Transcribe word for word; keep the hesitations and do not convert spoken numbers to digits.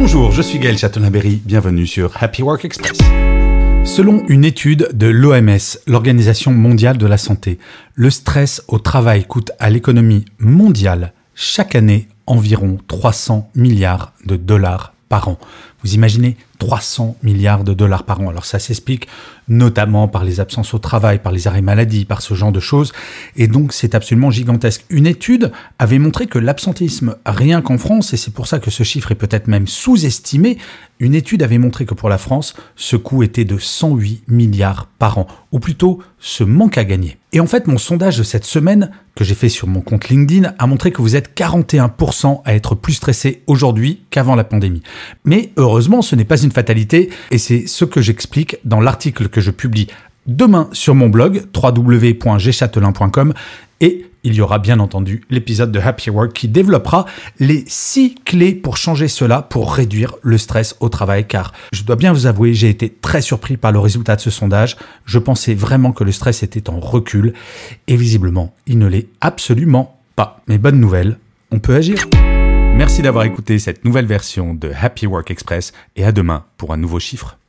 Bonjour, je suis Gaël Châtelain-Berry, bienvenue sur Happy Work Express. Selon une étude de l'O M S, l'Organisation mondiale de la santé, le stress au travail coûte à l'économie mondiale chaque année environ trois cents milliards de dollars par an. Vous imaginez trois cents milliards de dollars par an. Alors ça s'explique notamment par les absences au travail, par les arrêts maladie, par ce genre de choses. Et donc c'est absolument gigantesque. Une étude avait montré que l'absentéisme, rien qu'en France, et c'est pour ça que ce chiffre est peut-être même sous-estimé, une étude avait montré que pour la France, ce coût était de cent huit milliards par an. Ou plutôt, ce manque à gagner. Et en fait, mon sondage de cette semaine, que j'ai fait sur mon compte LinkedIn, a montré que vous êtes quarante et un pour cent à être plus stressé aujourd'hui qu'avant la pandémie. Mais heureusement, ce n'est pas une fatalité, et c'est ce que j'explique dans l'article que je publie demain sur mon blog w w w point g châtelain point com, et il y aura bien entendu l'épisode de Happy Work qui développera les six clés pour changer cela, pour réduire le stress au travail, car je dois bien vous avouer, j'ai été très surpris par le résultat de ce sondage. Je pensais vraiment que le stress était en recul, et visiblement, il ne l'est absolument pas. Mais bonne nouvelle, on peut agir. Merci d'avoir écouté cette nouvelle version de Happy Work Express, et à demain pour un nouveau chiffre.